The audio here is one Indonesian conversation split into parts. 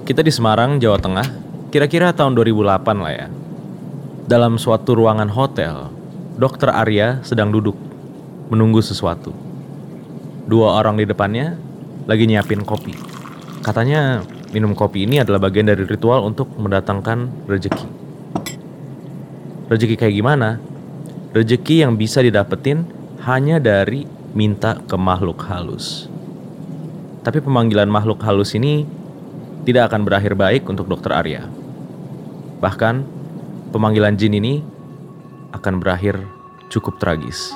Kita di Semarang, Jawa Tengah, kira-kira tahun 2008 lah ya. Dalam suatu ruangan hotel, Dr. Arya sedang duduk, menunggu sesuatu. Dua orang di depannya lagi nyiapin kopi. Katanya minum kopi ini adalah bagian dari ritual untuk mendatangkan rezeki. Rezeki kayak gimana? Rezeki yang bisa didapetin hanya dari minta ke makhluk halus. Tapi pemanggilan makhluk halus ini tidak akan berakhir baik untuk Dr. Arya. Bahkan, pemanggilan jin ini akan berakhir cukup tragis.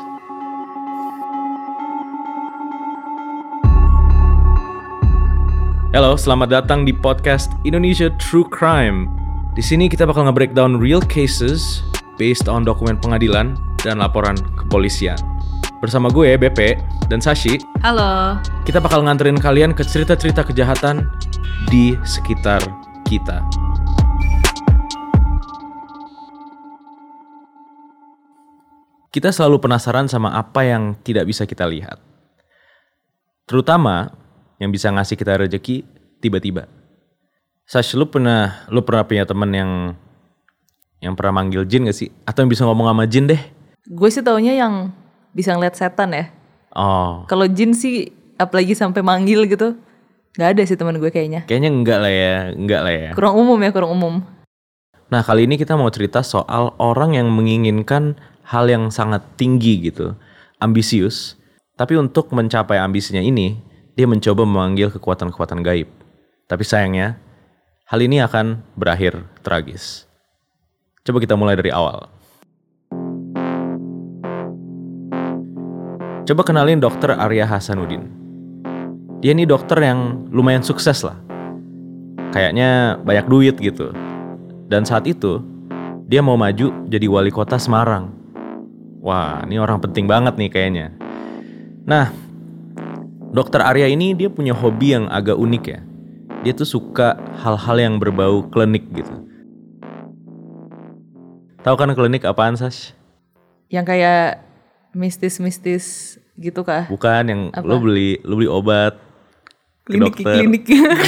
Halo, selamat datang di podcast Indonesia True Crime. Di sini kita bakal nge-breakdown real cases based on dokumen pengadilan dan laporan kepolisian. Bersama gue, BP, dan Sashi. Halo. Kita bakal nganterin kalian ke cerita-cerita kejahatan di sekitar kita. Kita selalu penasaran sama apa yang tidak bisa kita lihat. Terutama yang bisa ngasih kita rezeki tiba-tiba. Sash, lu pernah punya temen yang pernah manggil jin gak sih? Atau yang bisa ngomong sama jin deh? Gue sih taunya yang bisa ngeliat setan ya. Oh. Kalau jin sih apalagi sampai manggil gitu, gak ada sih teman gue kayaknya. Kayaknya enggak lah ya. Kurang umum. Nah, kali ini kita mau cerita soal orang yang menginginkan hal yang sangat tinggi gitu, ambisius. Tapi untuk mencapai ambisinya ini, dia mencoba memanggil kekuatan-kekuatan gaib. Tapi sayangnya, hal ini akan berakhir tragis. Coba kita mulai dari awal. Coba kenalin Dr. Arya Hasanuddin. Dia ini dokter yang lumayan sukses lah. Kayaknya banyak duit gitu. Dan saat itu, dia mau maju jadi wali kota Semarang. Wah, ini orang penting banget nih kayaknya. Nah, Dr. Arya ini dia punya hobi yang agak unik ya. Dia tuh suka hal-hal yang berbau klinik gitu. Tahu kan klinik apaan, Sash? Yang kayak mistis-mistis gitu kah? Bukan, yang apa? lo beli obat ke dokter. Klinik.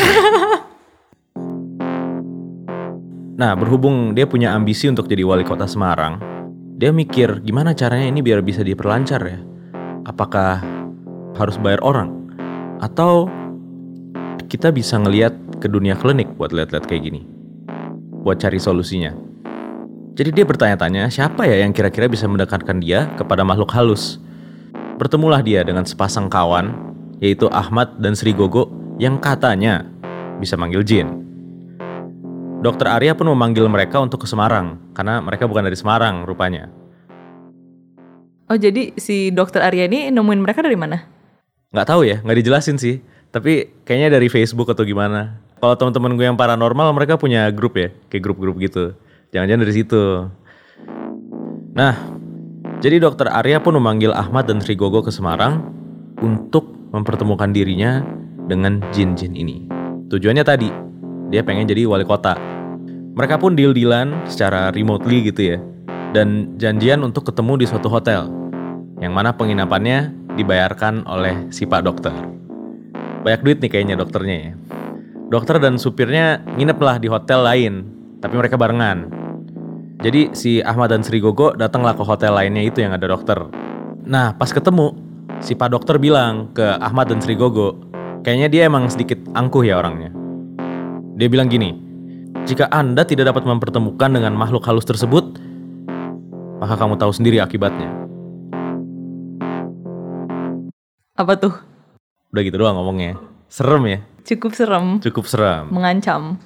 Nah, berhubung dia punya ambisi untuk jadi wali kota Semarang, dia mikir gimana caranya ini biar bisa diperlancar ya. Apakah harus bayar orang? Atau kita bisa ngelihat ke dunia klinik buat lihat-lihat kayak gini, buat cari solusinya. Jadi dia bertanya-tanya siapa ya yang kira-kira bisa mendekatkan dia kepada makhluk halus. Bertemulah dia dengan sepasang kawan, yaitu Ahmad dan Sri Gogo yang katanya bisa manggil jin. Dr. Arya pun memanggil mereka untuk ke Semarang, karena mereka bukan dari Semarang rupanya. Oh, jadi si Dr. Arya ini nemuin mereka dari mana? Nggak tahu ya, nggak dijelasin sih. Tapi kayaknya dari Facebook atau gimana. Kalau teman-teman gue yang paranormal, mereka punya grup ya, kayak grup-grup gitu. Jangan-jangan dari situ. Nah, jadi Dr. Arya pun memanggil Ahmad dan Sri Gogo ke Semarang untuk mempertemukan dirinya dengan jin-jin ini. Tujuannya tadi, dia pengen jadi wali kota. Mereka pun deal-dealan secara remotely gitu ya. Dan janjian untuk ketemu di suatu hotel, yang mana penginapannya dibayarkan oleh si Pak Dokter. Banyak duit nih kayaknya dokternya ya. Dokter dan supirnya nginep lah di hotel lain, tapi mereka barengan. Jadi si Ahmad dan Sri Gogo datanglah ke hotel lainnya itu yang ada dokter. Nah, pas ketemu, si Pak Dokter bilang ke Ahmad dan Sri Gogo, kayaknya dia emang sedikit angkuh ya orangnya. Dia bilang gini, jika Anda tidak dapat mempertemukan dengan makhluk halus tersebut, maka kamu tahu sendiri akibatnya. Apa tuh? Udah gitu doang ngomongnya. Serem ya? Cukup serem. Mengancam.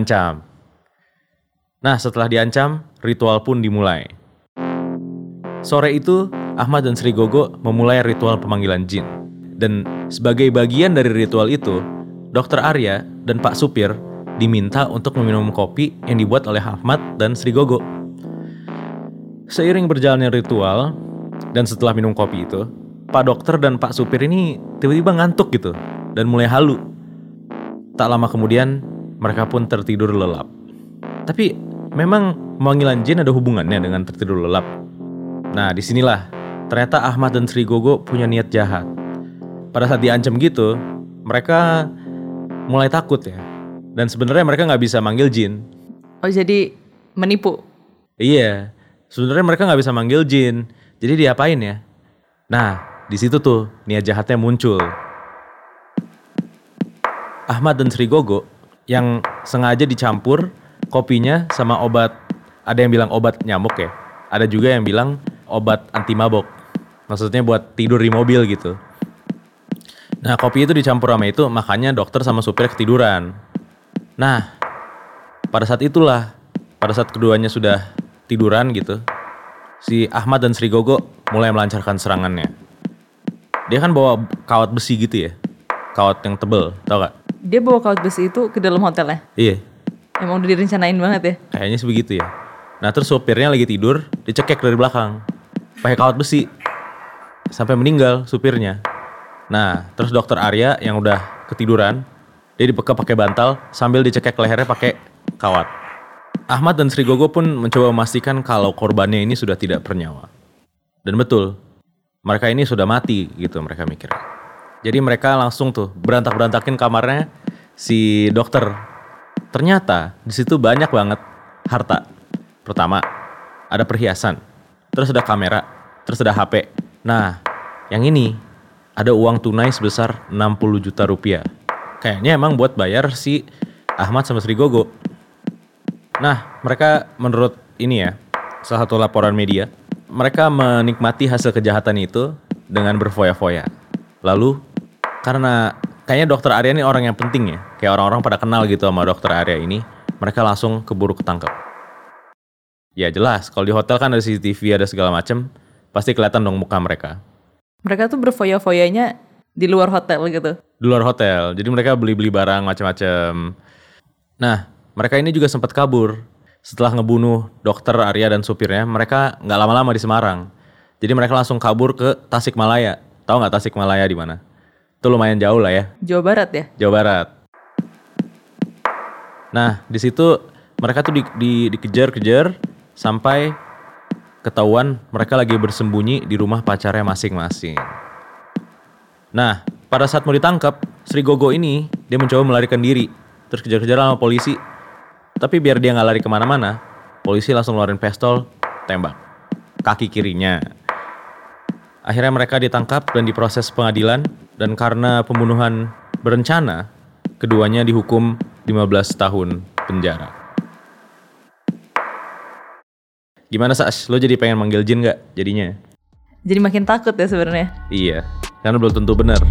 Nah, setelah diancam, ritual pun dimulai. Sore itu, Ahmad dan Sri Gogo memulai ritual pemanggilan jin. Dan sebagai bagian dari ritual itu, Dr. Arya dan Pak Supir diminta untuk meminum kopi yang dibuat oleh Ahmad dan Sri Gogo. Seiring berjalannya ritual, dan setelah minum kopi itu, Pak Dokter dan Pak Supir ini tiba-tiba ngantuk gitu, dan mulai halu. Tak lama kemudian, mereka pun tertidur lelap. Tapi memang pemanggilan jin ada hubungannya dengan tertidur lelap. Nah, disinilah ternyata Ahmad dan Sri Gogo punya niat jahat. Pada saat diancam gitu, mereka mulai takut ya. Dan sebenarnya mereka nggak bisa manggil jin. Oh jadi menipu. Iya, sebenarnya mereka nggak bisa manggil jin. Jadi diapain ya? Nah, di situ tuh niat jahatnya muncul. Ahmad dan Sri Gogo yang sengaja dicampur kopinya sama obat. Ada yang bilang obat nyamuk ya. Ada juga yang bilang obat anti mabok. Maksudnya buat tidur di mobil gitu. Nah, kopi itu dicampur sama itu, makanya dokter sama supir ketiduran. Nah, pada saat keduanya sudah tiduran gitu, si Ahmad dan Sri Gogo mulai melancarkan serangannya. Dia kan bawa kawat besi gitu ya, kawat yang tebel, tau gak? Dia bawa kawat besi itu ke dalam hotelnya? Iya. Emang udah direncanain banget ya? Kayaknya sih begitu ya. Nah terus supirnya lagi tidur, dicekek dari belakang, pakai kawat besi, sampai meninggal supirnya. Nah terus dokter Arya yang udah ketiduran, dia dibekap pakai bantal sambil dicekek lehernya pakai kawat. Ahmad dan Sri Gogo pun mencoba memastikan kalau korbannya ini sudah tidak bernyawa. Dan betul, mereka ini sudah mati gitu mereka mikir. Jadi mereka langsung tuh berantak-berantakin kamarnya si dokter. Ternyata di situ banyak banget harta. Pertama, ada perhiasan, terus ada kamera, terus ada HP. Nah, yang ini ada uang tunai sebesar 60 juta rupiah. Kayaknya emang buat bayar si Ahmad sama Sri Gogo. Nah, mereka menurut ini ya, salah satu laporan media, mereka menikmati hasil kejahatan itu dengan berfoya-foya. Lalu, karena kayaknya dokter Arya ini orang yang penting ya, kayak orang-orang pada kenal gitu sama dokter Arya ini, mereka langsung keburu ketangkep. Ya jelas, kalau di hotel kan ada CCTV, ada segala macem, pasti kelihatan dong muka mereka. Mereka tuh berfoya-foyanya di luar hotel gitu? Di luar hotel, jadi mereka beli-beli barang macam-macam. Nah, mereka ini juga sempat kabur. Setelah ngebunuh dokter Arya dan supirnya, mereka nggak lama-lama di Semarang. Jadi mereka langsung kabur ke Tasikmalaya. Tahu nggak Tasikmalaya di mana? Itu lumayan jauh lah ya. Jawa Barat ya? Jawa Barat. Nah, di situ mereka tuh dikejar-kejar sampai ketahuan mereka lagi bersembunyi di rumah pacarnya masing-masing. Nah, pada saat mau ditangkap, Sri Gogo ini dia mencoba melarikan diri, terus kejar-kejaran sama polisi. Tapi biar dia nggak lari kemana-mana, polisi langsung ngeluarin pistol, tembak kaki kirinya. Akhirnya mereka ditangkap dan diproses pengadilan, dan karena pembunuhan berencana, keduanya dihukum 15 tahun penjara. Gimana Sas? Lo jadi pengen manggil jin nggak jadinya? Jadi makin takut ya sebenarnya. Iya, karena belum tentu benar.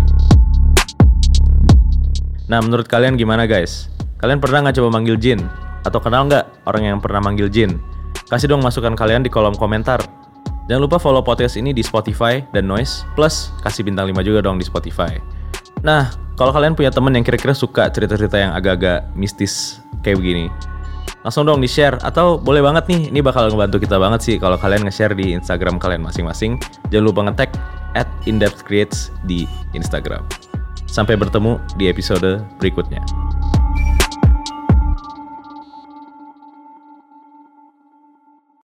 Nah, menurut kalian gimana guys? Kalian pernah nggak coba manggil jin? Atau kenal nggak orang yang pernah manggil jin? Kasih dong masukan kalian di kolom komentar. Jangan lupa follow podcast ini di Spotify dan Noise. Plus, kasih bintang 5 juga dong di Spotify. Nah, kalau kalian punya temen yang kira-kira suka cerita-cerita yang agak-agak mistis kayak begini, langsung dong di-share. Atau boleh banget nih, ini bakal ngebantu kita banget sih kalau kalian nge-share di Instagram kalian masing-masing. Jangan lupa nge-tag @indepthcreates di Instagram. Sampai bertemu di episode berikutnya.